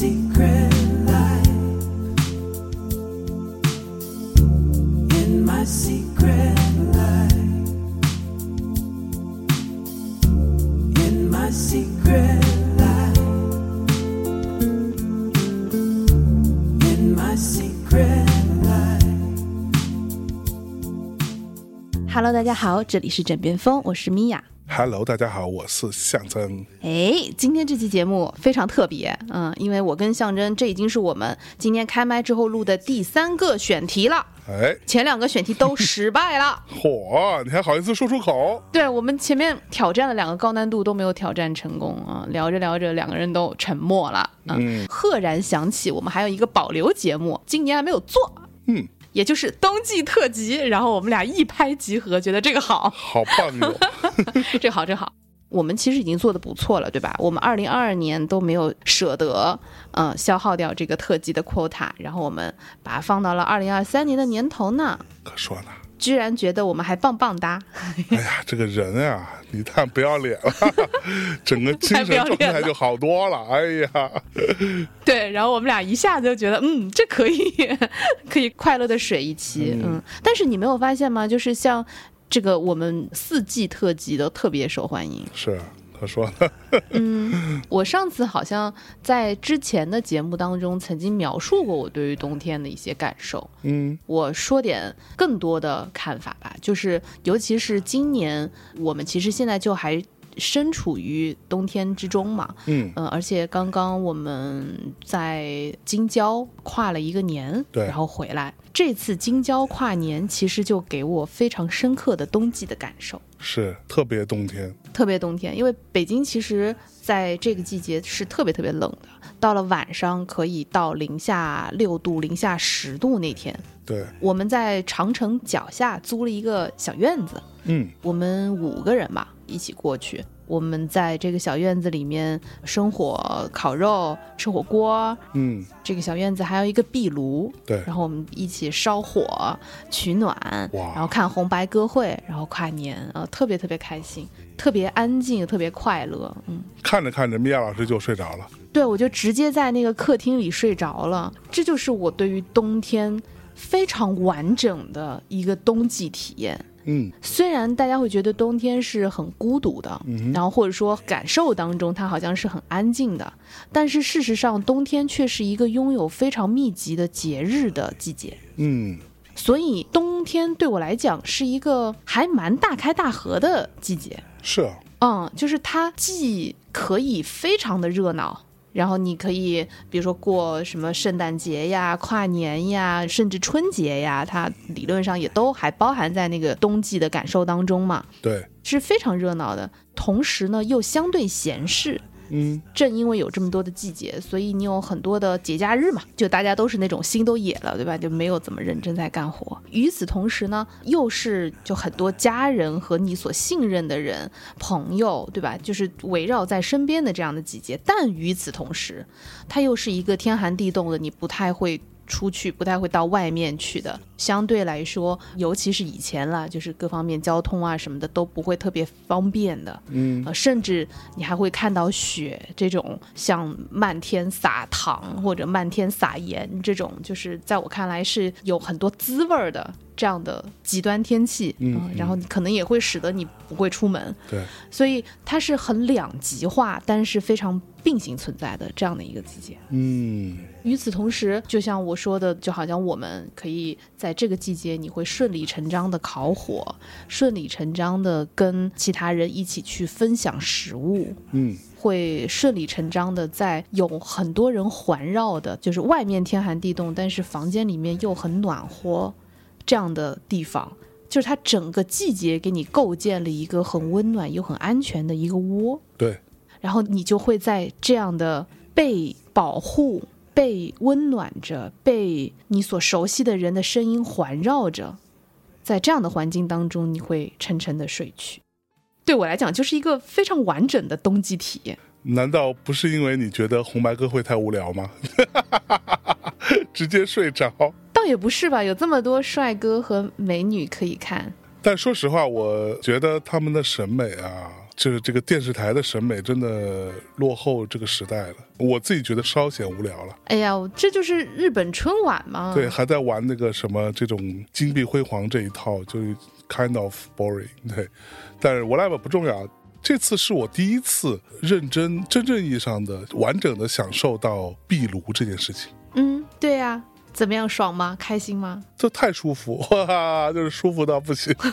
secret life, in my secret life, in my secret life, in my secret life。Hello， 大家好，这里是枕边风，我是米娅。 Hello， 大家好，我是象征。 今天这期节目非常特别，因为我跟象征，这已经是我们今天开麦之后录的第3个选题了。前2个选题都失败了。 嚯，你还好意思说出口？ 对，我们前面挑战了2个高难度都没有挑战成功啊，聊着聊着2个人都沉默了。赫然想起我们还有一个保留节目，今年还没有做。也就是冬季特辑，然后我们俩一拍即合，觉得这个好棒哟。 这好。我们其实已经做得不错了，对吧？我们2022年都没有舍得消耗掉这个特辑的 quota， 然后我们把它放到了2023年的年头呢。 可说呢， 居然觉得我们还棒棒哒。 哎呀，这个人啊，你太不要脸了，整个精神状态就好多了。哎呀， 对，然后我们俩一下子就觉得，这可以快乐的水一期。但是你没有发现吗？就是像这个我们4季特辑都特别受欢迎。 是，他说呢。 我上次好像在之前的节目当中曾经描述过我对于冬天的一些感受。我说点更多的看法吧，就是尤其是今年我们其实现在就还身处于冬天之中嘛。而且刚刚我们在京郊跨了1个年， 对， 然后回来。这次京郊跨年其实就给我非常深刻的冬季的感受， 是特别冬天， 因为北京其实在这个季节是特别冷的，到了晚上可以到-6度、-10度那天。 对， 我们在长城脚下租了一个小院子，我们5个人吧一起过去。我们在这个小院子里面生火烤肉吃火锅，这个小院子还有一个壁炉， 对， 然后我们一起烧火取暖，然后看红白歌会，然后跨年，特别开心，特别安静，特别快乐。 看着看着米娅老师就睡着了。 对，我就直接在那个客厅里睡着了。这就是我对于冬天非常完整的一个冬季体验。虽然大家会觉得冬天是很孤独的，然后或者说感受当中它好像是很安静的，但是事实上冬天却是一个拥有非常密集的节日的季节。所以冬天对我来讲是一个还蛮大开大合的季节。 是啊， 就是它既可以非常的热闹，然后你可以比如说过什么圣诞节呀、跨年呀，甚至春节呀，它理论上也都还包含在那个冬季的感受当中嘛。 对， 是非常热闹的，同时呢又相对闲适。正因为有这么多的季节，所以你有很多的节假日嘛，就大家都是那种心都野了，对吧？就没有怎么认真在干活。与此同时呢，又是就很多家人和你所信任的人、朋友，对吧？就是围绕在身边的这样的季节。但与此同时，它又是一个天寒地冻的，你不太会出去，不太会到外面去的，相对来说，尤其是以前啦，就是各方面交通啊什么的都不会特别方便的。甚至你还会看到雪，这种像漫天撒糖或者漫天撒盐这种，就是在我看来是有很多滋味的这样的极端天气。然后可能也会使得你不会出门。 对， 所以它是很两极化，但是非常并行存在的这样的一个季节。与此同时，就像我说的，就好像我们可以在这个季节，你会顺理成章的烤火，顺理成章的跟其他人一起去分享食物。会顺理成章的在有很多人环绕的，就是外面天寒地冻，但是房间里面又很暖和这样的地方，就是它整个季节给你构建了一个很温暖又很安全的一个窝。 对， 然后你就会在这样的被保护、被温暖着、被你所熟悉的人的声音环绕着，在这样的环境当中，你会沉沉的睡去。对我来讲，就是一个非常完整的冬季体验。 难道不是因为你觉得红白歌会太无聊吗？直接睡着？ 倒也不是吧，有这么多帅哥和美女可以看。 但说实话，我觉得他们的审美啊， 就是这个电视台的审美真的落后这个时代了，我自己觉得稍显无聊了。 哎呀，这就是日本春晚嘛。 对，还在玩那个什么这种金碧辉煌这一套，就是 kind of boring。 对，但是 whatever 不重要，这次是我第一次认真真正意义上的完整的享受到壁炉这件事情。 对呀，怎么样，爽吗？开心吗？ 这太舒服，哇，就是舒服到不行。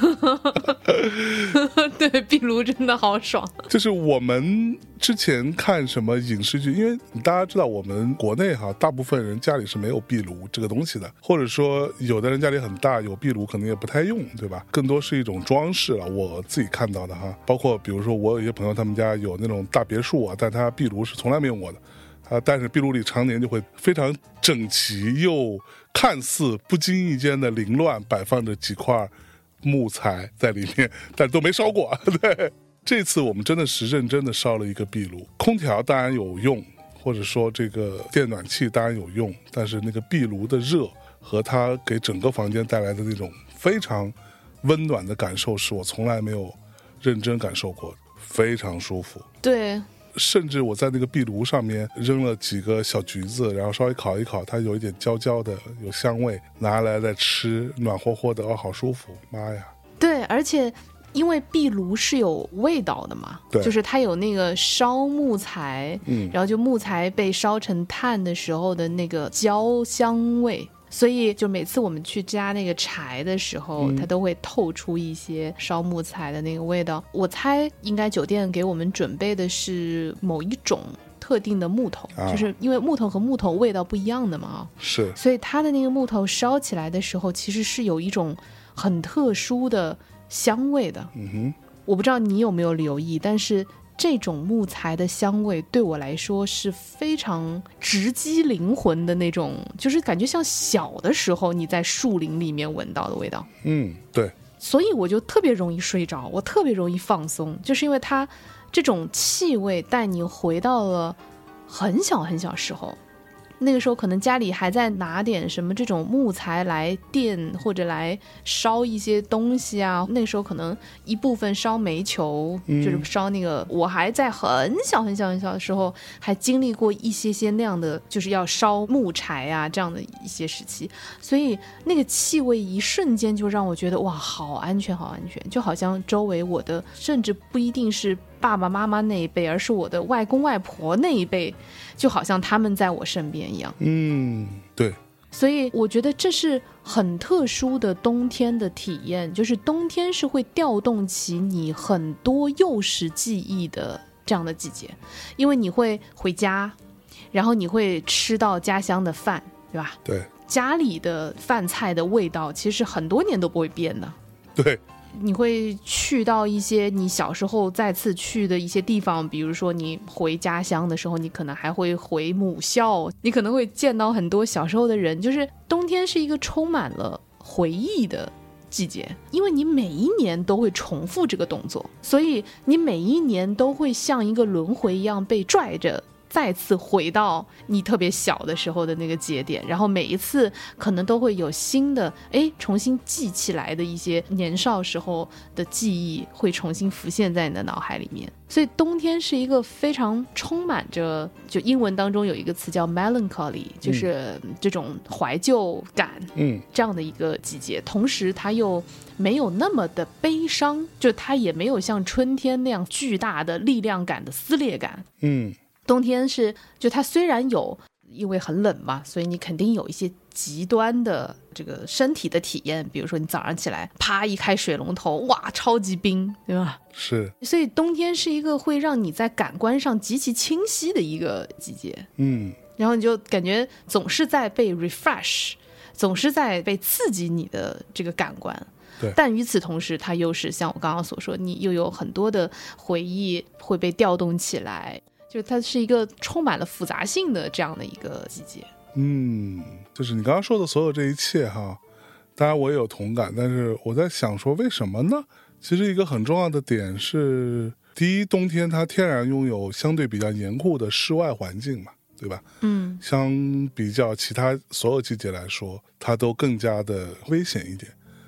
对，壁炉真的好爽。 就是我们之前看什么影视剧，因为大家知道我们国内大部分人家里是没有壁炉这个东西的，或者说有的人家里很大，有壁炉可能也不太用，对吧？更多是一种装饰了，我自己看到的包括比如说我有一些朋友他们家有那种大别墅但他壁炉是从来没用过的。但是壁炉里常年就会非常整齐又看似不经意间的凌乱摆放着几块木材在里面，但都没烧过。对，这次我们真的是认真的烧了一个壁炉。空调当然有用，或者说这个电暖气当然有用，但是那个壁炉的热和它给整个房间带来的那种非常温暖的感受是我从来没有认真感受过的，非常舒服。 对， 甚至我在那个壁炉上面扔了几个小橘子，然后稍微烤一烤，它有一点焦焦的，有香味，拿来再吃，暖和和的，好舒服，妈呀！ 对，而且因为壁炉是有味道的嘛， 对， 就是它有那个烧木材，然后就木材被烧成炭的时候的那个焦香味。所以就每次我们去加那个柴的时候，它都会透出一些烧木材的那个味道。我猜应该酒店给我们准备的是某一种特定的木头，就是因为木头和木头味道不一样的嘛， 是， 所以它的那个木头烧起来的时候其实是有一种很特殊的香味的。我不知道你有没有留意，但是这种木材的香味对我来说是非常直击灵魂的那种，就是感觉像小的时候你在树林里面闻到的味道。 对， 所以我就特别容易睡着，我特别容易放松，就是因为它这种气味带你回到了很小很小时候。那个时候可能家里还在拿点什么这种木材来垫或者来烧一些东西啊，那个时候可能一部分烧煤球，就是烧那个，我还在很小很小很小的时候还经历过一些些那样的，就是要烧木柴啊这样的一些时期，所以那个气味一瞬间就让我觉得哇，好安全好安全，就好像周围我的甚至不一定是爸爸妈妈那一辈，而是我的外公外婆那一辈，就好像他们在我身边一样。 对。 所以我觉得这是很特殊的冬天的体验，就是冬天是会调动起你很多幼时记忆的这样的季节，因为你会回家，然后你会吃到家乡的饭，对吧？ 对， 家里的饭菜的味道其实很多年都不会变的。 对， 你会去到一些你小时候再次去的一些地方，比如说你回家乡的时候，你可能还会回母校，你可能会见到很多小时候的人。就是冬天是一个充满了回忆的季节，因为你每一年都会重复这个动作，所以你每一年都会像一个轮回一样被拽着再次回到你特别小的时候的那个节点，然后每一次可能都会有新的重新记起来的一些年少时候的记忆会重新浮现在你的脑海里面。所以冬天是一个非常充满着，就英文当中有一个词叫 melancholy， 就是这种怀旧感，这样的一个季节，同时它又没有那么的悲伤，就它也没有像春天那样巨大的力量感的撕裂感。冬天是，就它虽然有，因为很冷嘛，所以你肯定有一些极端的这个身体的体验，比如说你早上起来啪一开水龙头，哇，超级冰，对吧？ 是。 所以冬天是一个会让你在感官上极其清晰的一个季节。然后你就感觉总是在被 refresh， 总是在被刺激你的这个感官。 对， 但与此同时它又是像我刚刚所说，你又有很多的回忆会被调动起来，就它是一个充满了复杂性的这样的一个季节。 就是你刚刚说的所有这一切当然我也有同感，但是我在想说为什么呢？其实一个很重要的点是，第一，冬天它天然拥有相对比较严酷的室外环境嘛，对吧？相比较其他所有季节来说，它都更加的危险一点。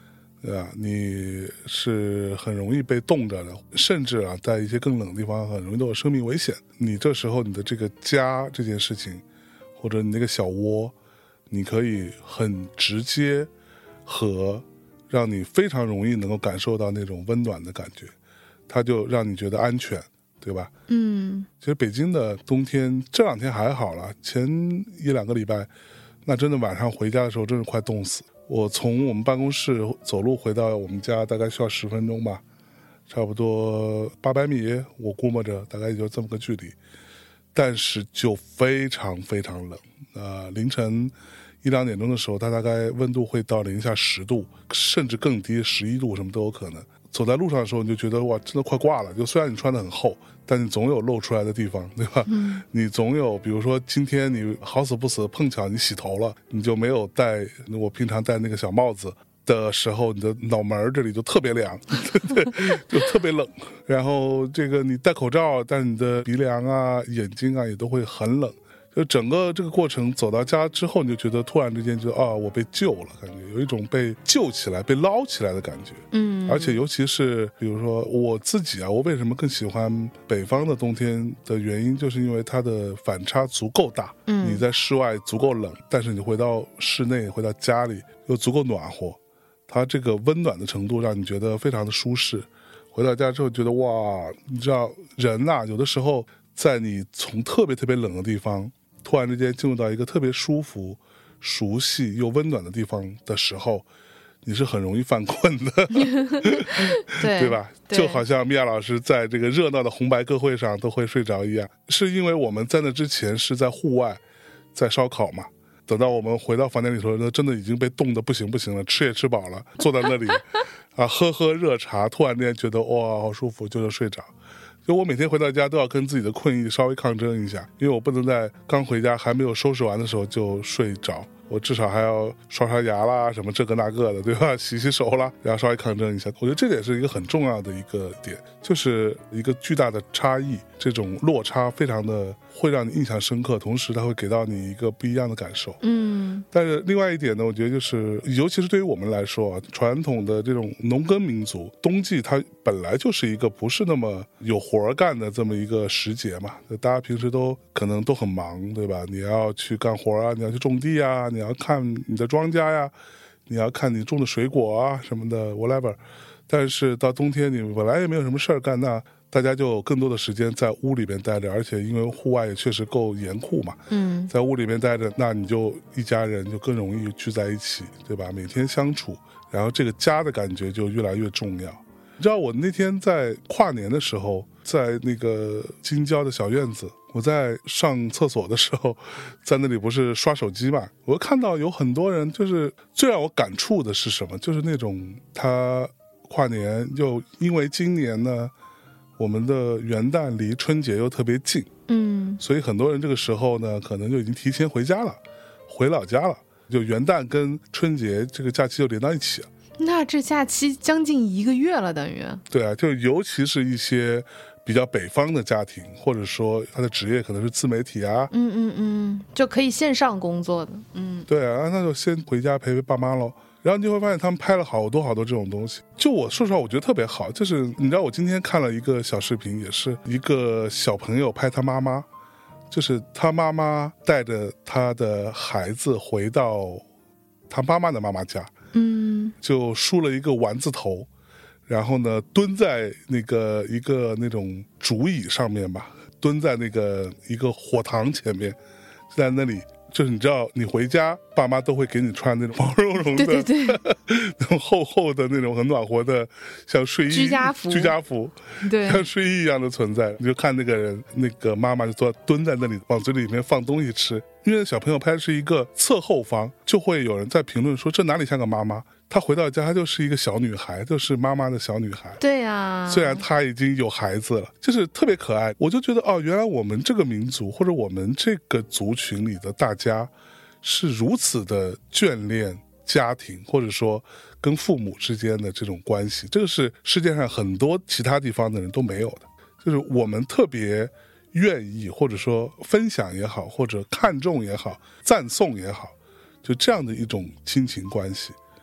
对吧？你是很容易被冻着的，甚至在一些更冷的地方很容易都有生命危险。你这时候你的这个家这件事情，或者你那个小窝，你可以很直接和让你非常容易能够感受到那种温暖的感觉，它就让你觉得安全，对吧？其实北京的冬天这2天还好了，前1-2个礼拜那真的晚上回家的时候真是快冻死。我从我们办公室走路回到我们家大概需要10分钟吧，差不多800米，我估摸着大概也就这么个距离，但是就非常非常冷。凌晨1-2点钟的时候，它大概温度会到零下10度，甚至更低11度什么都有可能。走在路上的时候你就觉得哇，真的快挂了。就虽然你穿得很厚，但你总有露出来的地方，对吧？你总有比如说今天你好死不死碰巧你洗头了，你就没有戴我平常戴那个小帽子的时候，你的脑门这里就特别凉对，就特别冷。然后这个你戴口罩，但你的鼻梁啊眼睛啊也都会很冷。就整个这个过程走到家之后，你就觉得突然之间就我被救了，感觉有一种被救起来被捞起来的感觉。而且尤其是比如说我自己我为什么更喜欢北方的冬天的原因，就是因为它的反差足够大。你在室外足够冷，但是你回到室内回到家里又足够暖和，它这个温暖的程度让你觉得非常的舒适。回到家之后觉得哇，你知道人有的时候在你从特别特别冷的地方突然之间进入到一个特别舒服熟悉又温暖的地方的时候，你是很容易犯困的对吧？就好像米娅老师在这个热闹的红白歌会上都会睡着一样，是因为我们在那之前是在户外在烧烤嘛，等到我们回到房间里头，真的已经被冻得不行不行了，吃也吃饱了，坐在那里喝热茶，突然之间觉得哇好舒服，就睡着。就我每天回到家都要跟自己的困意稍微抗争一下，因为我不能在刚回家还没有收拾完的时候就睡着，我至少还要刷牙啦什么这个那个的，对吧？洗手啦，然后稍微抗争一下。我觉得这也是一个很重要的一个点，就是一个巨大的差异，这种落差非常的会让你印象深刻，同时它会给到你一个不一样的感受。但是另外一点呢，我觉得就是尤其是对于我们来说传统的这种农耕民族，冬季它本来就是一个不是那么有活干的这么一个时节嘛，大家平时都可能都很忙，对吧？你要去干活你要去种地你要看你的庄稼呀，你要看你种的水果什么的 whatever。 但是到冬天你本来也没有什么事儿干，那大家就更多的时间在屋里边待着，而且因为户外也确实够严酷嘛，在屋里边待着，那你就一家人就更容易聚在一起，对吧？每天相处，然后这个家的感觉就越来越重要。你知道我那天在跨年的时候，在那个京郊的小院子，我在上厕所的时候，在那里不是刷手机嘛，我看到有很多人，就是最让我感触的是什么，就是那种他跨年又因为今年呢我们的元旦离春节又特别近，所以很多人这个时候呢可能就已经提前回家了，回老家了，就元旦跟春节这个假期就连到一起了。 那这假期将近1个月了，等于。 对啊，就尤其是一些比较北方的家庭，或者说他的职业可能是自媒体就可以线上工作的。 对啊，那就先回家陪陪爸妈咯。然后你就会发现他们拍了好多好多这种东西，就我说实话我觉得特别好。就是你知道我今天看了一个小视频，也是一个小朋友拍他妈妈，就是他妈妈带着他的孩子回到他妈妈的妈妈家，就梳了一个丸子头，然后呢蹲在那个一个那种竹椅上面吧，蹲在那个一个火塘前面，在那里就是你知道你回家爸妈都会给你穿那种毛茸茸的对那种厚厚的那种很暖和的像睡衣居家服对，像睡衣一样的存在。你就看那个人那个妈妈就蹲在那里往嘴里面放东西吃，因为小朋友拍的是一个侧后方，就会有人在评论说这哪里像个妈妈，她回到家她就是一个小女孩，就是妈妈的小女孩。 对啊， 虽然她已经有孩子了，就是特别可爱。我就觉得原来我们这个民族或者我们这个族群里的大家是如此的眷恋家庭，或者说跟父母之间的这种关系，这个是世界上很多其他地方的人都没有的。就是我们特别愿意或者说分享也好，或者看重也好，赞颂也好，就这样的一种亲情关系。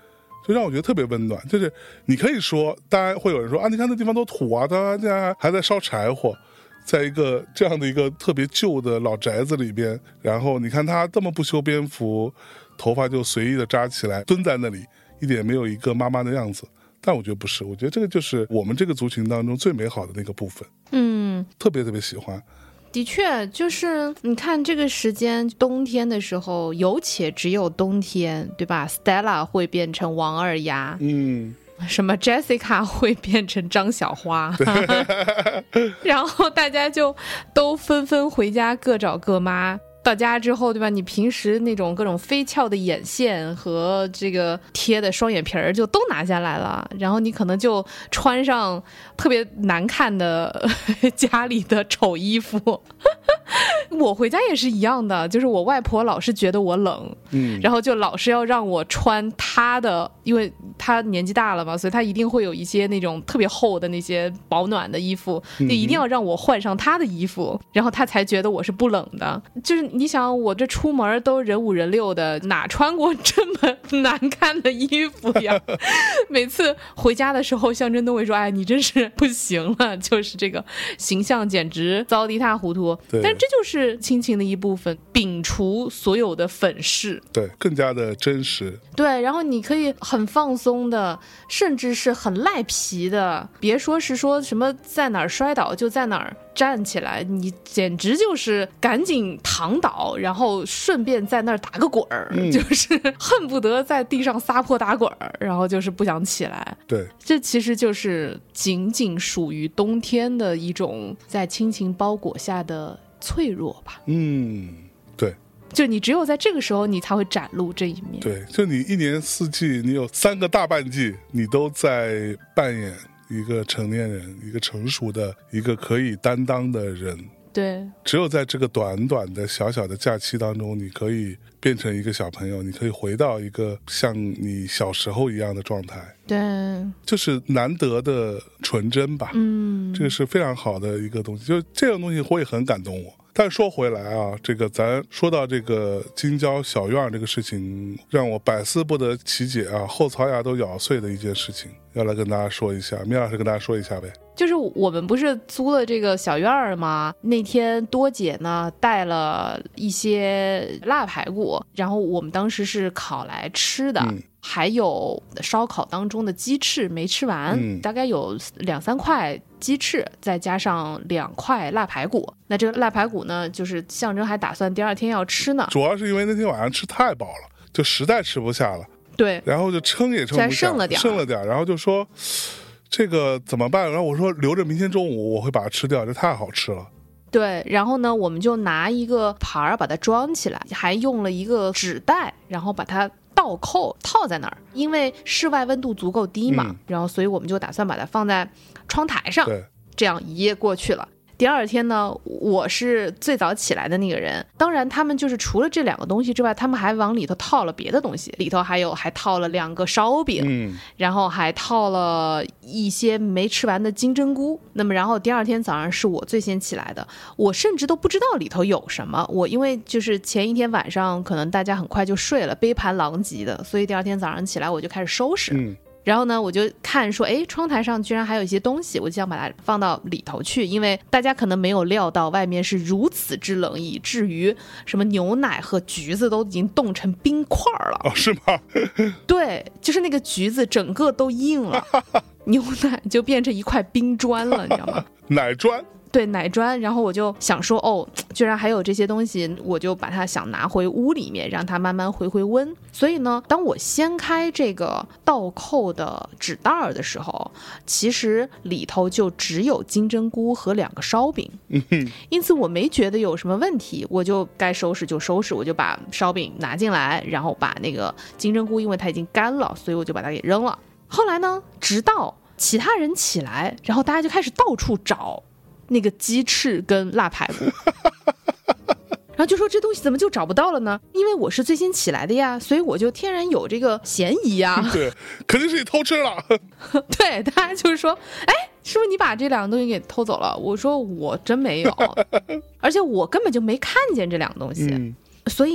就让我觉得特别温暖。就是你可以说，当然会有人说啊，你看那地方多土啊，他家还在烧柴火，在一个这样的一个特别旧的老宅子里边，然后你看他这么不修边幅，头发就随意的扎起来，蹲在那里，一点没有一个妈妈的样子。但我觉得不是，我觉得这个就是我们这个族群当中最美好的那个部分，特别特别喜欢。 的确，就是你看这个时间，冬天的时候，有且只有冬天，对吧 ？Stella 会变成王二丫，什么 Jessica 会变成张小花，然后大家就都纷纷回家各找各妈。到家之后，对吧？你平时那种各种飞翘的眼线和这个贴的双眼皮儿就都拿下来了，然后你可能就穿上特别难看的家里的丑衣服。我回家也是一样的，就是我外婆老是觉得我冷，然后就老是要让我穿她的，因为她年纪大了嘛，所以她一定会有一些那种特别厚的那些保暖的衣服，就一定要让我换上她的衣服，然后她才觉得我是不冷的。就是你想，我这出门都人五人六的，哪穿过这么难看的衣服呀？每次回家的时候，象征都会说：“哎，你真是不行了，就是这个形象简直糟得一塌糊涂。”但是这就是亲情的一部分，摒除所有的粉饰， 对，更加的真实。 对，然后你可以很放松的，甚至是很赖皮的，别说是说什么在哪儿摔倒就在哪儿站起来，你简直就是赶紧躺倒，然后顺便在那儿打个滚儿，就是恨不得在地上撒泼打滚儿，然后就是不想起来。 对， 这其实就是仅仅属于冬天的一种在亲情包裹下的脆弱吧。 对， 就你只有在这个时候你才会展露这一面。 对，就你一年四季，你有3个大半季，你都在扮演一个成年人，一个成熟的，一个可以担当的人。 对， 只有在这个短短的小小的假期当中，你可以变成一个小朋友，你可以回到一个像你小时候一样的状态。 对， 就是难得的纯真吧。这个是非常好的一个东西，就这种东西会很感动我。但说回来啊，这个咱说到这个京郊小院这个事情，让我百思不得其解啊，后槽牙都咬碎的一件事情，要来跟大家说一下。米老师跟大家说一下呗。 就是我们不是租了这个小院儿吗？那天多姐呢带了一些腊排骨，然后我们当时是烤来吃的，还有烧烤当中的鸡翅没吃完，大概有2-3块鸡翅，再加上2块腊排骨。那这个腊排骨呢，就是象征还打算第2天要吃呢。 主要是因为那天晚上吃太饱了，就实在吃不下了。 对， 然后就撑也撑不下， 剩了点， 然后就说这个怎么办？然后我说留着明天中午我会把它吃掉，这太好吃了。 对，然后呢，我们就拿一个盘儿把它装起来，还用了一个纸袋，然后把它倒扣套在那儿，因为室外温度足够低嘛，然后所以我们就打算把它放在窗台上，这样一夜过去了。第2天呢，我是最早起来的那个人，当然他们就是除了这2个东西之外，他们还往里头套了别的东西，里头还套了2个烧饼，然后还套了一些没吃完的金针菇。那么然后第2天早上是我最先起来的，我甚至都不知道里头有什么，我因为就是前1天晚上可能大家很快就睡了，杯盘狼藉的，所以第2天早上起来我就开始收拾。然后呢，我就看说，哎，窗台上居然还有一些东西，我就想把它放到里头去，因为大家可能没有料到外面是如此之冷，以至于什么牛奶和橘子都已经冻成冰块了。 哦，是吗？ 对，就是那个橘子整个都硬了，牛奶就变成一块冰砖了，你知道吗？ 奶砖。 对，奶砖。然后我就想说，哦，居然还有这些东西，我就把它想拿回屋里面，让它慢慢回温。所以呢，当我掀开这个倒扣的纸袋的时候，其实里头就只有金针菇和2个烧饼，因此我没觉得有什么问题，我就该收拾就收拾，我就把烧饼拿进来，然后把那个金针菇，因为它已经干了，所以我就把它给扔了。后来呢，直到其他人起来，然后大家就开始到处找那个鸡翅跟腊排骨，然后就说这东西怎么就找不到了呢？因为我是最先起来的呀，所以我就天然有这个嫌疑呀。 对，肯定是你偷吃了。 对，大家就是说，哎，是不是你把这2个东西给偷走了？我说我真没有，而且我根本就没看见这2个东西。所以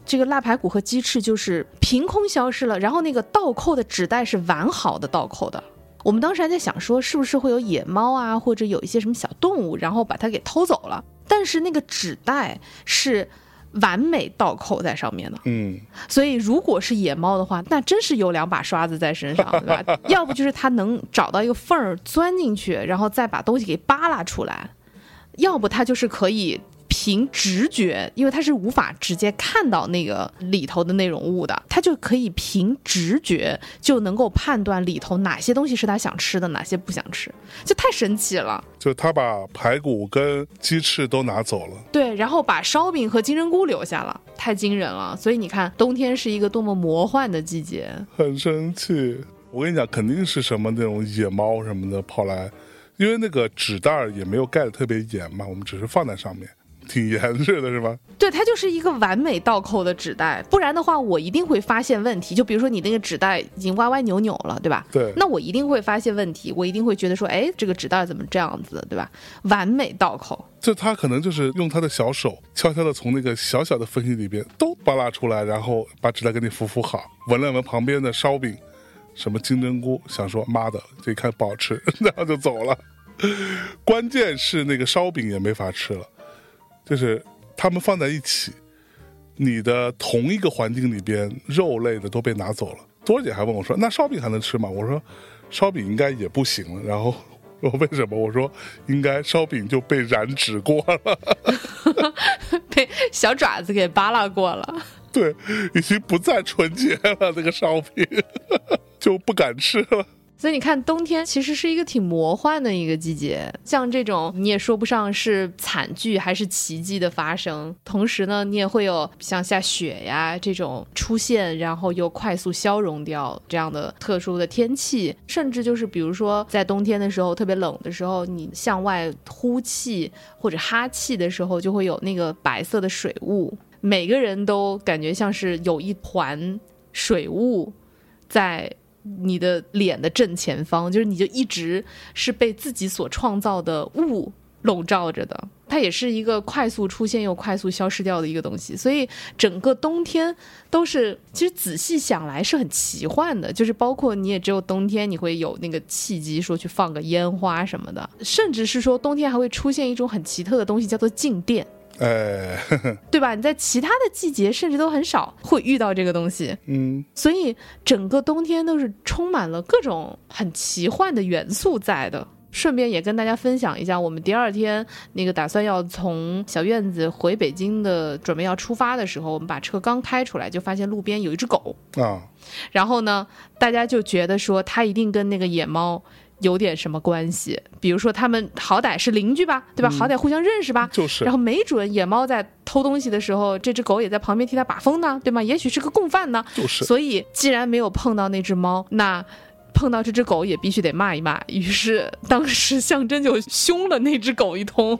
这个腊排骨和鸡翅就是凭空消失了，然后那个倒扣的纸袋是完好的倒扣的。我们当时还在想说是不是会有野猫啊，或者有一些什么小动物然后把它给偷走了，但是那个纸袋是完美倒扣在上面的。所以如果是野猫的话，那真是有2把刷子在身上，对吧？要不就是它能找到一个缝儿钻进去，然后再把东西给扒拉出来，要不它就是可以凭直觉，因为它是无法直接看到那个里头的内容物的，它就可以凭直觉就能够判断里头哪些东西是他想吃的，哪些不想吃，就太神奇了。 就他把排骨跟鸡翅都拿走了， 对，然后把烧饼和金针菇留下了，太惊人了。所以你看冬天是一个多么魔幻的季节， 很生气。我跟你讲，肯定是什么那种野猫什么的跑来，因为那个纸袋也没有盖得特别严嘛，我们只是放在上面，挺严实的是吧？ 对，它就是一个完美倒扣的纸袋，不然的话我一定会发现问题。就比如说你那个纸袋已经歪歪扭扭了，对吧？ 对， 那我一定会发现问题，我一定会觉得说，哎，这个纸袋怎么这样子，对吧？完美倒扣， 就他可能就是用他的小手悄悄的从那个小小的缝隙里边都扒拉出来，然后把纸袋给你扶好，闻了闻旁边的烧饼什么金针菇，想说妈的这一看不好吃，然后就走了。关键是那个烧饼也没法吃了，就是他们放在一起，你的同一个环境里边肉类的都被拿走了。多姐还问我说那烧饼还能吃吗？我说烧饼应该也不行了。然后我为什么？我说应该烧饼就被燃脂过了被小爪子给扒拉过了。 对，已经不再纯洁了，那个烧饼就不敢吃了。 所以你看冬天其实是一个挺魔幻的一个季节，像这种你也说不上是惨剧还是奇迹的发生，同时呢你也会有像下雪呀这种出现，然后又快速消融掉这样的特殊的天气，甚至就是比如说在冬天的时候特别冷的时候，你向外呼气或者哈气的时候就会有那个白色的水雾，每个人都感觉像是有一团水雾在你的脸的正前方，就是你就一直是被自己所创造的雾笼罩着的，它也是一个快速出现又快速消失掉的一个东西。所以整个冬天都是其实仔细想来是很奇幻的，就是包括你也只有冬天你会有那个契机说去放个烟花什么的，甚至是说冬天还会出现一种很奇特的东西叫做静电，对吧？你在其他的季节甚至都很少会遇到这个东西。所以整个冬天都是充满了各种很奇幻的元素在的。顺便也跟大家分享一下，我们第二天那个打算要从小院子回北京的准备要出发的时候，我们把车刚开出来就发现路边有一只狗然后呢大家就觉得说它一定跟那个野猫有点什么关系，比如说他们好歹是邻居吧，对吧？好歹互相认识吧， 就是。 然后没准野猫在偷东西的时候，这只狗也在旁边替他把风呢，对吗？也许是个共犯呢， 就是。 所以既然没有碰到那只猫，那碰到这只狗也必须得骂一骂。于是当时象征就凶了那只狗一通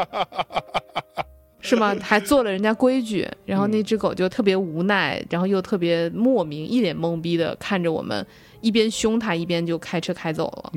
是吗？还做了人家规矩，然后那只狗就特别无奈，然后又特别莫名，一脸懵逼的看着我们，一边凶他一边就开车开走了。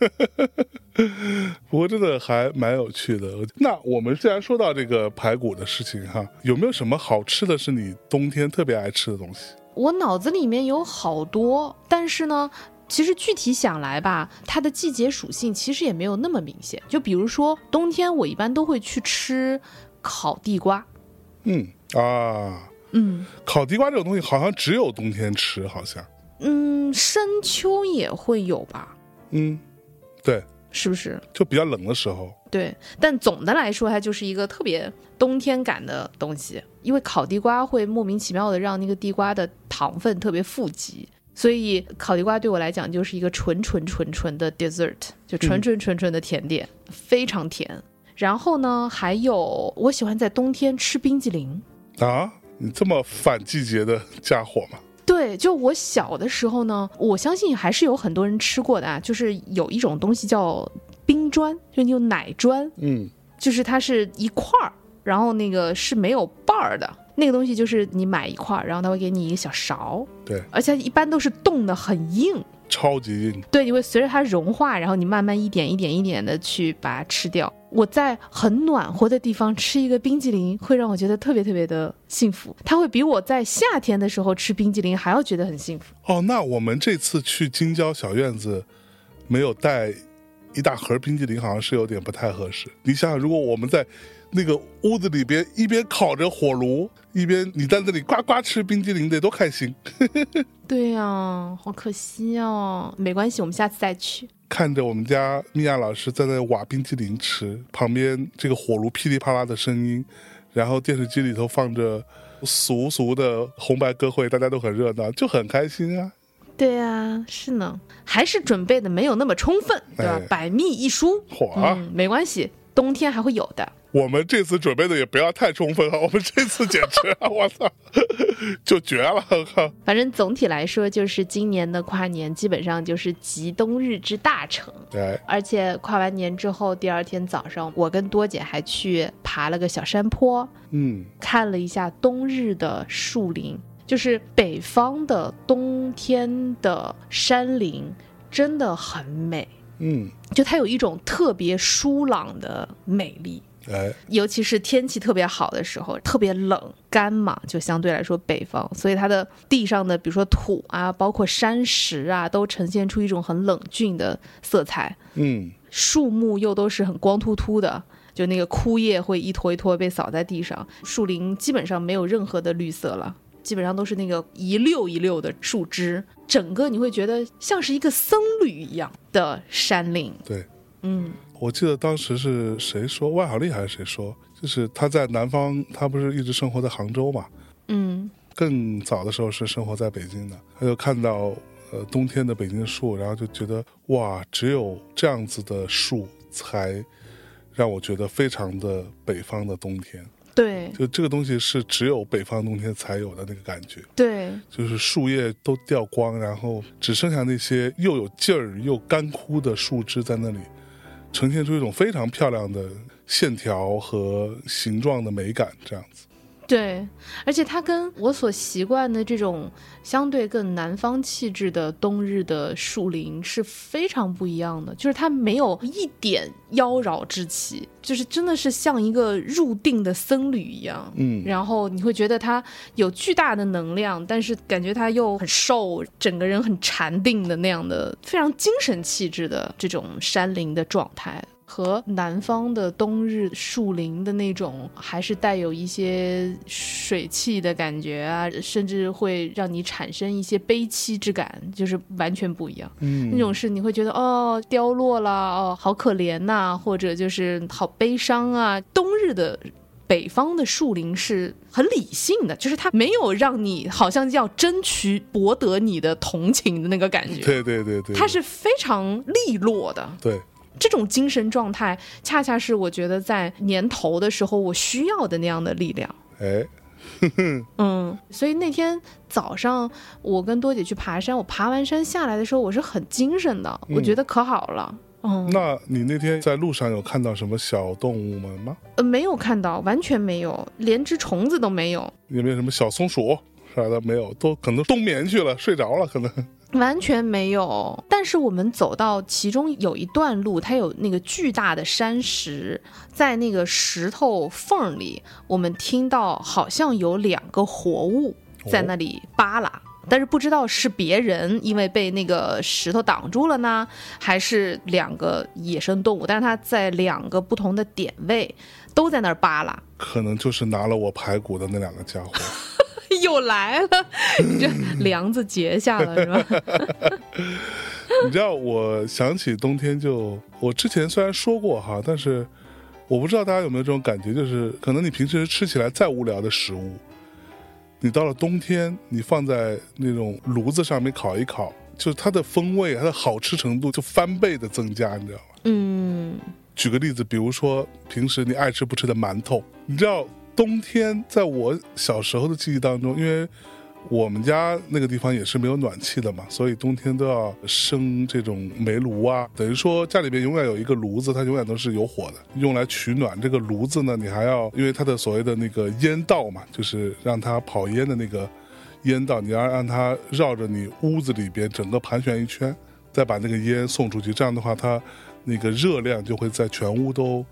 不过真的还蛮有趣的。那我们既然说到这个排骨的事情哈，有没有什么好吃的是你冬天特别爱吃的东西？ 我脑子里面有好多，但是呢其实具体想来吧，它的季节属性其实也没有那么明显。就比如说冬天我一般都会去吃烤地瓜。 烤地瓜这种东西好像只有冬天吃，好像深秋也会有吧。 对， 是不是就比较冷的时候？ 对，但总的来说它就是一个特别冬天感的东西，因为烤地瓜会莫名其妙的让那个地瓜的糖分特别富集，所以烤地瓜对我来讲就是一个纯的 dessert， 就纯的甜点，非常甜。然后呢还有我喜欢在冬天吃冰激凌。 你这么反季节的家伙吗？ 对，就我小的时候呢，我相信还是有很多人吃过的啊，就是有一种东西叫冰砖，就那种奶砖，就是它是一块儿，然后那个是没有瓣儿的，那个东西就是你买一块，然后它会给你一个小勺， 对， 而且一般都是冻得很硬， 超级硬， 对，你会随着它融化，然后你慢慢一点的去把它吃掉。 我在很暖和的地方吃一个冰激凌会让我觉得特别特别的幸福，它会比我在夏天的时候吃冰激凌还要觉得很幸福。 那我们这次去京郊小院子没有带一大盒冰激凌，好像是有点不太合适。你想想，如果我们在那个屋子里边一边烤着火炉，一边你在那里呱呱吃冰激凌，得多开心。 对呀，好可惜哦。没关系，我们下次再去。 看着我们家米娅老师在那挖冰激凌吃，旁边这个火炉噼里啪啦的声音，然后电视机里头放着俗俗的红白歌会，大家都很热闹，就很开心啊。 对啊，是呢，还是准备的没有那么充分，对吧？百密一疏，没关系，冬天还会有的。 我们这次准备的也不要太充分啊，我们这次简直我操，就绝了。 反正总体来说，就是今年的跨年基本上就是集冬日之大成。 对， 而且跨完年之后，第二天早上，我跟多姐还去爬了个小山坡，看了一下冬日的树林，就是北方的冬天的山林真的很美。就它有一种特别舒朗的美丽。尤其是天气特别好的时候，特别冷干嘛，就相对来说北方，所以它的地上的比如说土啊，包括山石啊，都呈现出一种很冷峻的色彩。树木又都是很光秃秃的，就那个枯叶会一坨一坨被扫在地上，树林基本上没有任何的绿色了，基本上都是那个一溜一溜的树枝，整个你会觉得像是一个僧侣一样的山林。 对，我记得当时是谁说，万晓利还是谁说，就是他在南方，他不是一直生活在杭州嘛，更早的时候是生活在北京的，他就看到冬天的北京树，然后就觉得哇，只有这样子的树才让我觉得非常的北方的冬天。 对， 就这个东西是只有北方冬天才有的那个感觉。 对， 就是树叶都掉光，然后只剩下那些又有劲儿又干枯的树枝在那里，呈现出一种非常漂亮的线条和形状的美感，这样子。 对，而且它跟我所习惯的这种相对更南方气质的冬日的树林是非常不一样的，就是它没有一点妖娆之气，就是真的是像一个入定的僧侣一样。然后你会觉得它有巨大的能量，但是感觉它又很瘦，整个人很禅定的那样的非常精神气质的这种山林的状态，和南方的冬日树林的那种还是带有一些水汽的感觉啊，甚至会让你产生一些悲戚之感，就是完全不一样。那种是你会觉得哦凋落了，哦好可怜呐，或者就是好悲伤啊。冬日的北方的树林是很理性的，就是它没有让你好像要争取博得你的同情的那个感觉。 对对对对， 它是非常利落的。 对， 这种精神状态恰恰是我觉得在年头的时候我需要的那样的力量。所以那天早上我跟多姐去爬山，我爬完山下来的时候我是很精神的，我觉得可好了。 那你那天在路上有看到什么小动物们吗？ 没有看到，完全没有，连只虫子都没有。 有没有什么小松鼠啥的？没有，都可能冬眠去了，睡着了可能。 完全没有。但是我们走到其中有一段路，它有那个巨大的山石，在那个石头缝里，我们听到好像有2个活物在那里扒拉，但是不知道是别人因为被那个石头挡住了呢，还是2个野生动物，但是它在2个不同的点位都在那儿扒拉， 可能就是拿了我排骨的那2个家伙。 又来了，你这梁子结下了是吧？ 你知道我想起冬天我之前虽然说过哈，但是我不知道大家有没有这种感觉，就是可能你平时吃起来再无聊的食物，你到了冬天你放在那种炉子上面烤一烤，就是它的风味它的好吃程度就翻倍的增加，你知道吗？举个例子，比如说平时你爱吃不吃的馒头，你知道冬天在我小时候的记忆当中，因为我们家那个地方也是没有暖气的嘛，所以冬天都要生这种煤炉啊，等于说家里面永远有一个炉子，它永远都是有火的，用来取暖。这个炉子呢，你还要因为它的所谓的那个烟道嘛，就是让它跑烟的那个烟道，你要让它绕着你屋子里边整个盘旋一圈，再把那个烟送出去，这样的话它那个热量就会在全屋都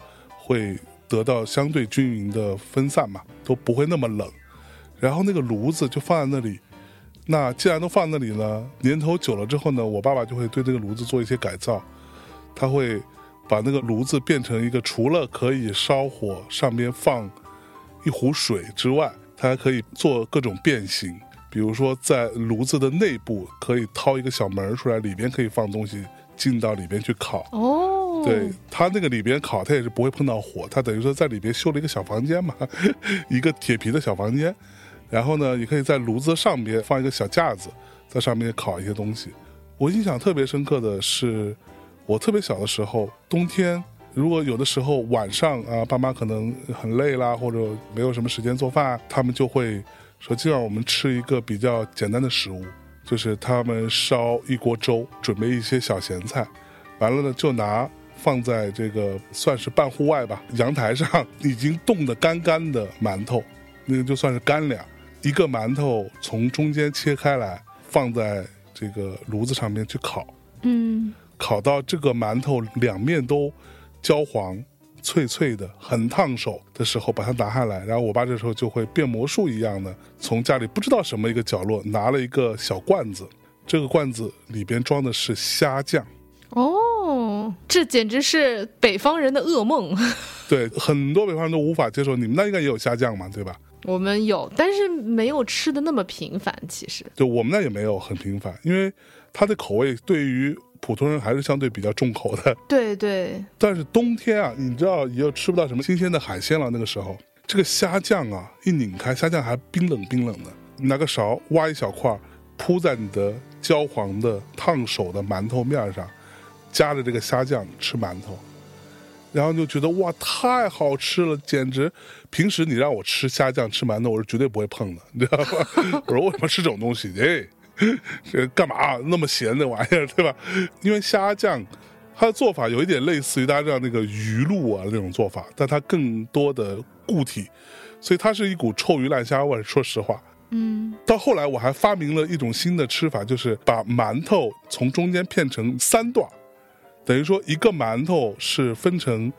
会得到相对均匀的分散嘛，都不会那么冷。然后那个炉子就放在那里，那既然都放在那里呢，年头久了之后呢，我爸爸就会对这个炉子做一些改造，他会把那个炉子变成一个除了可以烧火上面放一壶水之外，它还可以做各种变形，比如说在炉子的内部可以掏一个小门出来，里边可以放东西进到里边去烤。 哦， 对，它那个里边烤它也是不会碰到火，它等于说在里边修了一个小房间嘛，一个铁皮的小房间，然后呢，你可以在炉子上边放一个小架子，在上面烤一些东西。我印象特别深刻的是，我特别小的时候，冬天如果有的时候晚上啊，爸妈可能很累啦，或者没有什么时间做饭，他们就会说今晚我们吃一个比较简单的食物，就是他们烧一锅粥，准备一些小咸菜，完了呢就拿放在这个算是半户外吧，阳台上已经冻得干干的馒头，那个就算是干粮，一个馒头从中间切开来，放在这个炉子上面去烤，烤到这个馒头两面都焦黄脆脆的，很烫手的时候把它拿下来，然后我爸这时候就会变魔术一样的从家里不知道什么一个角落拿了一个小罐子，这个罐子里边装的是虾酱。 哦，这简直是北方人的噩梦。 对，很多北方人都无法接受。你们那应该也有虾酱嘛，对吧？ 我们有，但是没有吃的那么频繁。其实对，我们那也没有很频繁，因为它的口味对于普通人还是相对比较重口的。 对对， 但是冬天啊，你知道也吃不到什么新鲜的海鲜了，那个时候这个虾酱啊一拧开，虾酱还冰冷冰冷的，拿个勺挖一小块铺在你的焦黄的烫手的馒头面上，夹着这个虾酱吃馒头，然后就觉得哇太好吃了，简直平时你让我吃虾酱吃馒头我是绝对不会碰的，你知道吧？我说为什么吃这种东西，这干嘛那么咸的玩意儿，对吧？因为虾酱它的做法有一点类似于大家知道那个鱼露啊那种做法，但它更多的固体，所以它是一股臭鱼烂虾味，说实话。到后来我还发明了一种新的吃法，就是把馒头从中间片成3段，等于说一个馒头是分成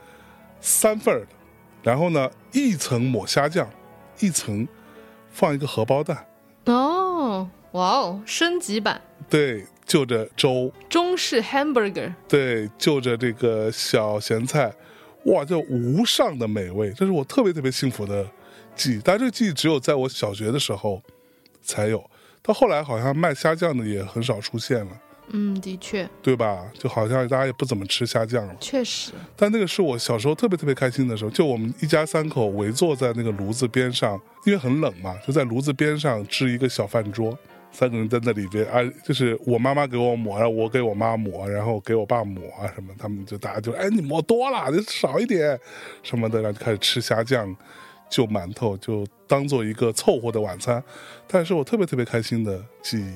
3份的，然后呢一层抹虾酱，一层放一个荷包蛋。 哦，哇哦，升级版。 对，就着粥， 中式 hamburger。 对，就着这个小咸菜，哇，这无上的美味，这是我特别特别幸福的记忆。但这个记忆只有在我小学的时候才有，到后来好像卖虾酱的也很少出现了。 的确， 对吧？就好像大家也不怎么吃虾酱了。 确实。 但那个是我小时候特别特别开心的时候，就我们一家3口围坐在那个炉子边上，因为很冷嘛，就在炉子边上支一个小饭桌，3个人在那里边啊，就是我妈妈给我抹，然后我给我妈抹，然后给我爸抹啊什么，他们就大家就你抹多了，你少一点什么的，然后就开始吃虾酱就馒头，就当做一个凑合的晚餐，但是我特别特别开心的记忆。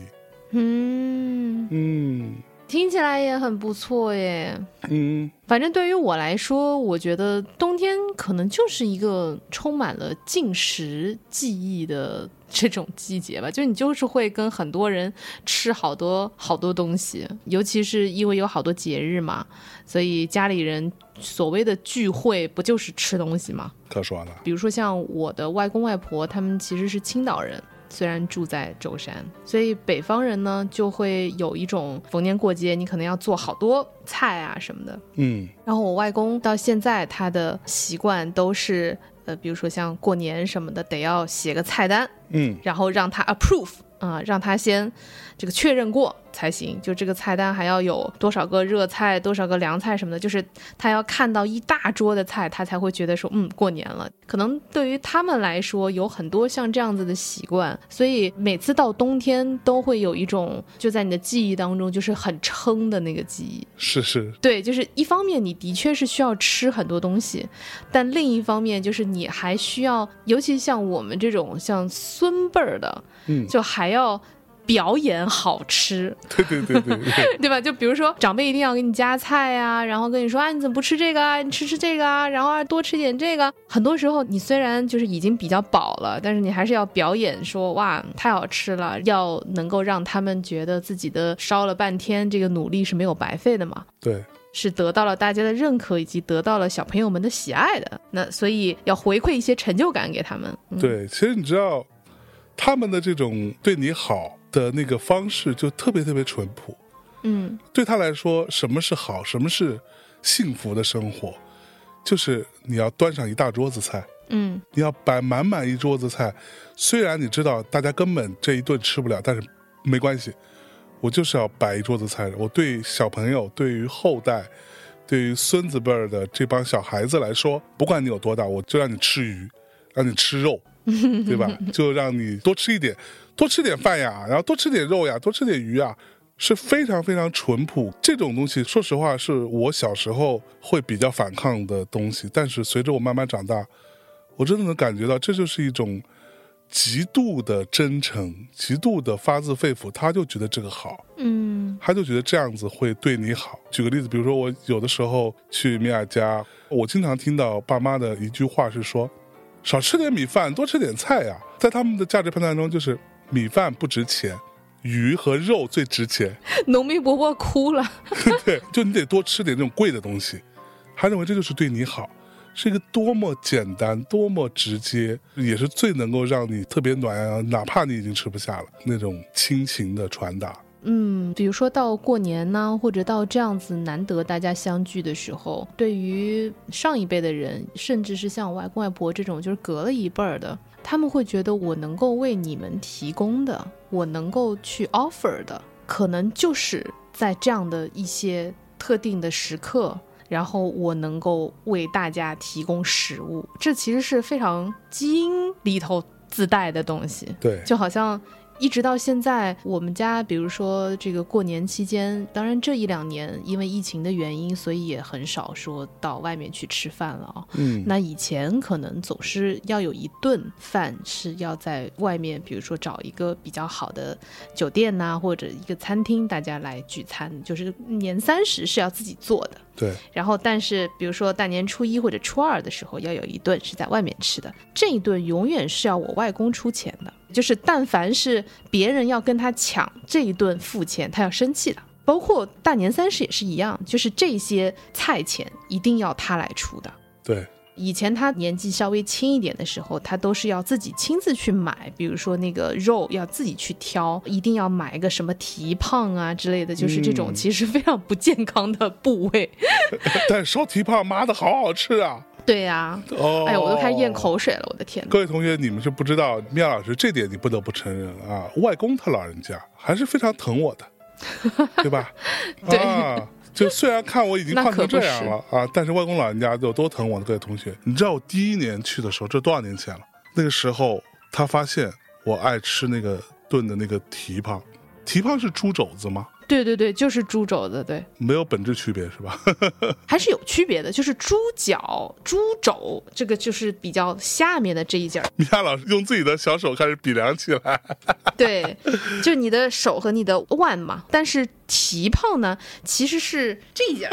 听起来也很不错耶。反正对于我来说，我觉得冬天可能就是一个充满了进食记忆的这种季节吧，就你就是会跟很多人吃好多好多东西，尤其是因为有好多节日嘛，所以家里人所谓的聚会不就是吃东西吗？ 可说呢， 比如说像我的外公外婆，他们其实是青岛人，虽然住在舟山，所以北方人呢就会有一种逢年过节你可能要做好多菜啊什么的。然后我外公到现在他的习惯都是比如说像过年什么的得要写个菜单，然后让他 approve 让他先这个确认过才行，就这个菜单还要有多少个热菜多少个凉菜什么的，就是他要看到一大桌的菜他才会觉得说过年了。可能对于他们来说有很多像这样子的习惯，所以每次到冬天都会有一种就在你的记忆当中就是很撑的那个记忆。 是对，就是一方面你的确是需要吃很多东西，但另一方面就是你还需要，尤其像我们这种像孙辈儿的就还要表演好吃。 对对吧？就比如说长辈一定要给你夹菜啊，然后跟你说你怎么不吃这个啊，你吃这个啊，然后多吃点这个。很多时候你虽然就是已经比较饱了，但是你还是要表演说哇太好吃了，要能够让他们觉得自己的烧了半天这个努力是没有白费的嘛。 对， 是得到了大家的认可，以及得到了小朋友们的喜爱的。那所以要回馈一些成就感给他们。 对，其实你知道他们的这种对你好的那个方式就特别特别淳朴。对他来说，什么是好，什么是幸福的生活，就是你要端上一大桌子菜，你要摆满满一桌子菜。虽然你知道大家根本这一顿吃不了，但是没关系，我就是要摆一桌子菜。我对小朋友，对于后代，对于孙子辈儿的这帮小孩子来说，不管你有多大，我就让你吃鱼，让你吃肉，对吧？就让你多吃一点，多吃点饭呀，然后多吃点肉呀，多吃点鱼啊，是非常非常淳朴。这种东西说实话是我小时候会比较反抗的东西，但是随着我慢慢长大，我真的能感觉到这就是一种极度的真诚，极度的发自肺腑，他就觉得这个好，他就觉得这样子会对你好。举个例子，比如说我有的时候去米娅家，我经常听到爸妈的一句话是说，少吃点米饭，多吃点菜呀。在他们的价值判断中，就是米饭不值钱，鱼和肉最值钱。 农民伯伯哭了。 对，就你得多吃点这种贵的东西，他认为这就是对你好，是一个多么简单多么直接，也是最能够让你特别暖，哪怕你已经吃不下了，那种亲情的传达。 比如说到过年呢，或者到这样子难得大家相聚的时候，对于上一辈的人，甚至是像我外公外婆这种就是隔了一辈儿的，他们会觉得我能够为你们提供的，我能够去 offer 的，可能就是在这样的一些特定的时刻，然后我能够为大家提供食物。这其实是非常基因里头自带的东西。 对， 就好像一直到现在，我们家比如说这个过年期间，当然这一两年因为疫情的原因，所以也很少说到外面去吃饭了啊。那以前可能总是要有一顿饭是要在外面，比如说找一个比较好的酒店呐，或者一个餐厅，大家来聚餐，就是年30是要自己做的。 对， 然后但是比如说大年初1或者初2的时候，要有一顿是在外面吃的，这一顿永远是要我外公出钱的。就是但凡是别人要跟他抢这一顿付钱，他要生气的。包括大年30也是一样，就是这些菜钱一定要他来出的。 对， 以前他年纪稍微轻一点的时候，他都是要自己亲自去买，比如说那个肉要自己去挑，一定要买一个什么蹄膀啊之类的，就是这种其实非常不健康的部位。 但是烧蹄膀妈的好好吃啊。 对呀，哎呀，我都开始咽口水了，我的天哪！ 各位同学，你们是不知道，米娅老师这点你不得不承认啊，外公他老人家还是非常疼我的，对吧？ 对。 就虽然看我已经胖成这样了啊，但是外公老人家有多疼我的。各位同学，你知道我第一年去的时候，这多少年前了？那个时候他发现我爱吃那个炖的那个蹄膀，蹄膀是猪肘子吗？ 对对对，就是猪肘子。对， 没有本质区别是吧？ 还是有区别的，就是猪脚、猪肘，这个就是比较下面的这一截。 米娅老师用自己的小手开始比量起来。 对，就你的手和你的腕嘛，但是蹄膀呢，其实是这一截。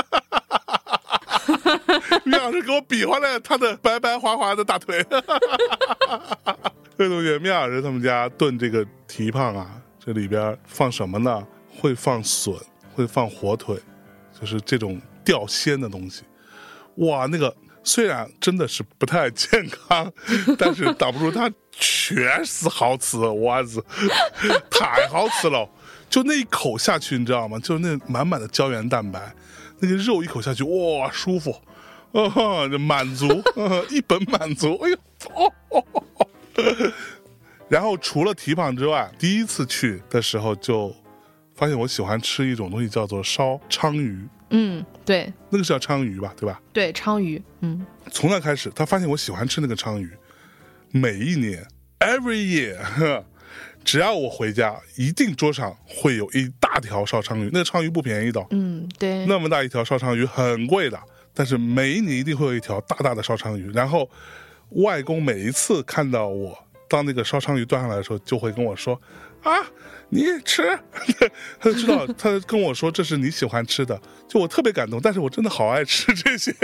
米娅老师给我比划了他的白白滑滑的大腿。各位同学，米娅老师他们家炖这个蹄膀啊，这里边放什么呢？会放笋，会放火腿，就是这种吊鲜的东西。哇，那个虽然真的是不太健康，但是挡不住它确实好吃，哇子太好吃了。就那一口下去，你知道吗？就那满满的胶原蛋白，那个肉一口下去，哇，舒服，满足，一本满足。哎呦，然后除了蹄膀之外，第一次去的时候就发现我喜欢吃一种东西叫做烧鲳鱼。 对， 那个是叫鲳鱼吧，对吧？ 对，鲳鱼。 从那开始他发现我喜欢吃那个鲳鱼，每一年 every year 只要我回家，一定桌上会有一大条烧鲳鱼。那个鲳鱼不便宜的， 对， 那么大一条烧鲳鱼很贵的，但是每一年一定会有一条大大的烧鲳鱼。然后外公每一次看到我当那个烧鲳鱼端上来的时候，就会跟我说啊，你也吃。他就知道，他跟我说这是你喜欢吃的，就我特别感动。但是我真的好爱吃这些。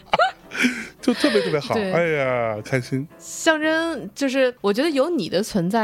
就特别特别好，哎呀，开心。 象征就是我觉得有你的存在，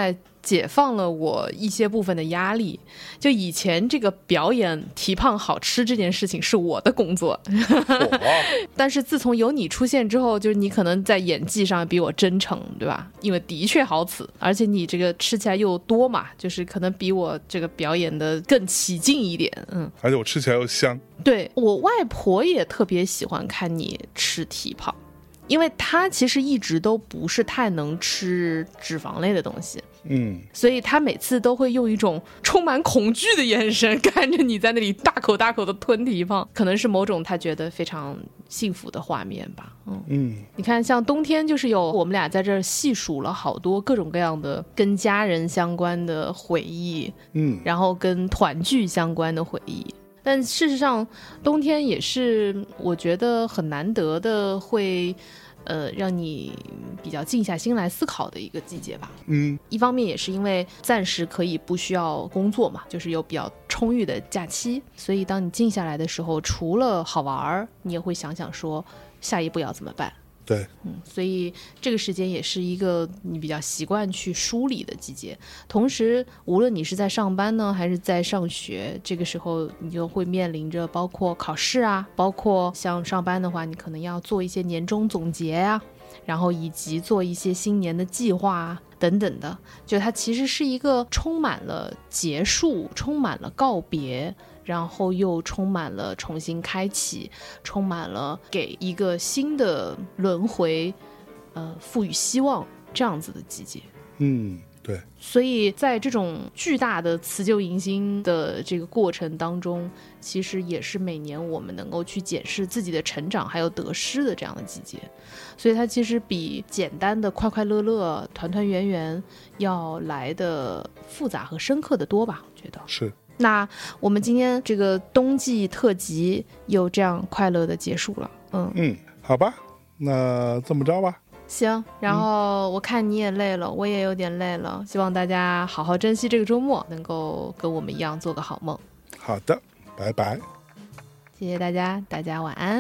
解放了我一些部分的压力。就以前这个表演提胖好吃这件事情是我的工作但是自从有你出现之后，就是你可能在演技上比我真诚，对吧？因为的确好吃，而且你这个吃起来又多嘛，就是可能比我这个表演的更起劲一点。 而且我吃起来又香。 对，我外婆也特别喜欢看你吃蹄膀，因为她其实一直都不是太能吃脂肪类的东西，所以她每次都会用一种充满恐惧的眼神看着你在那里大口大口的吞蹄膀，可能是某种她觉得非常幸福的画面吧。你看像冬天就是有我们俩在这儿细数了好多各种各样的跟家人相关的回忆，然后跟团聚相关的回忆。但事实上冬天也是我觉得很难得的会让你比较静下心来思考的一个季节吧。一方面也是因为暂时可以不需要工作嘛，就是有比较充裕的假期，所以当你静下来的时候，除了好玩，你也会想想说下一步要怎么办。 对， 所以这个时间也是一个你比较习惯去梳理的季节。同时无论你是在上班呢还是在上学，这个时候你就会面临着包括考试啊，包括像上班的话你可能要做一些年终总结啊，然后以及做一些新年的计划啊等等的，就它其实是一个充满了结束，充满了告别，然后又充满了重新开启，充满了给一个新的轮回赋予希望这样子的季节。 对。 所以在这种巨大的辞旧迎新的这个过程当中，其实也是每年我们能够去检视自己的成长还有得失的这样的季节。所以它其实比简单的快快乐乐团团圆圆要来的复杂和深刻的多吧，我觉得是。 那我们今天这个冬季特辑又这样快乐的结束了。 好吧，那这么着吧。 行，然后我看你也累了，我也有点累了，希望大家好好珍惜这个周末，能够跟我们一样做个好梦。 好的，拜拜。 谢谢大家，大家晚安。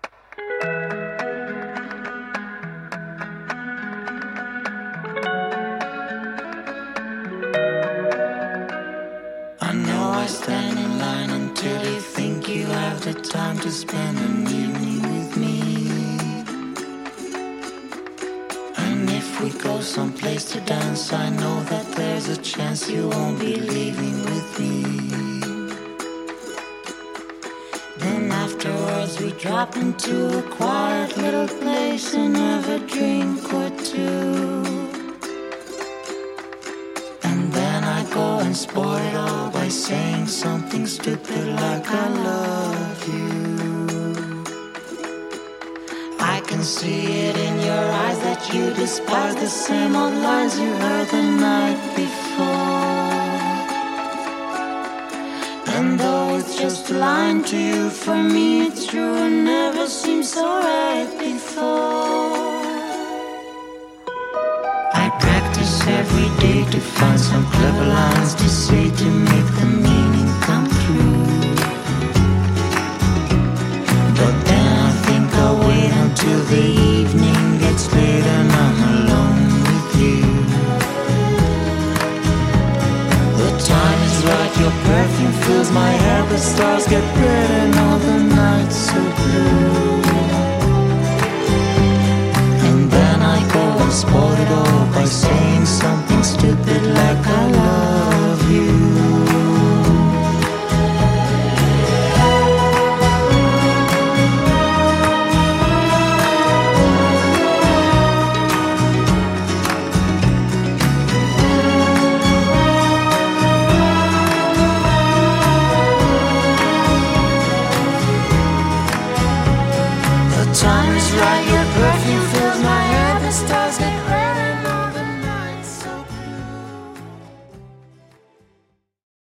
I stand in line until you think you have the time to spend an evening with me. And if we go someplace to dance, I know that there's a chance you won't be leaving with me. Then afterwards we drop into a quiet little place and have a drink or two. Go and spoil it all by saying something stupid like I love you. I can see it in your eyes that you despise the same old lines you heard the night before. And though it's just a line to you, for me it's true and never seemed so right before. Every day to find some clever lines to say to make the meaning come true. But then I think I'll wait until the evening gets late and I'm alone with you. The time is right, your perfume fills my hair, the stars get red and all the nights so blue. And then I go and spoil it all by saying something stupid like I love you. The time is right.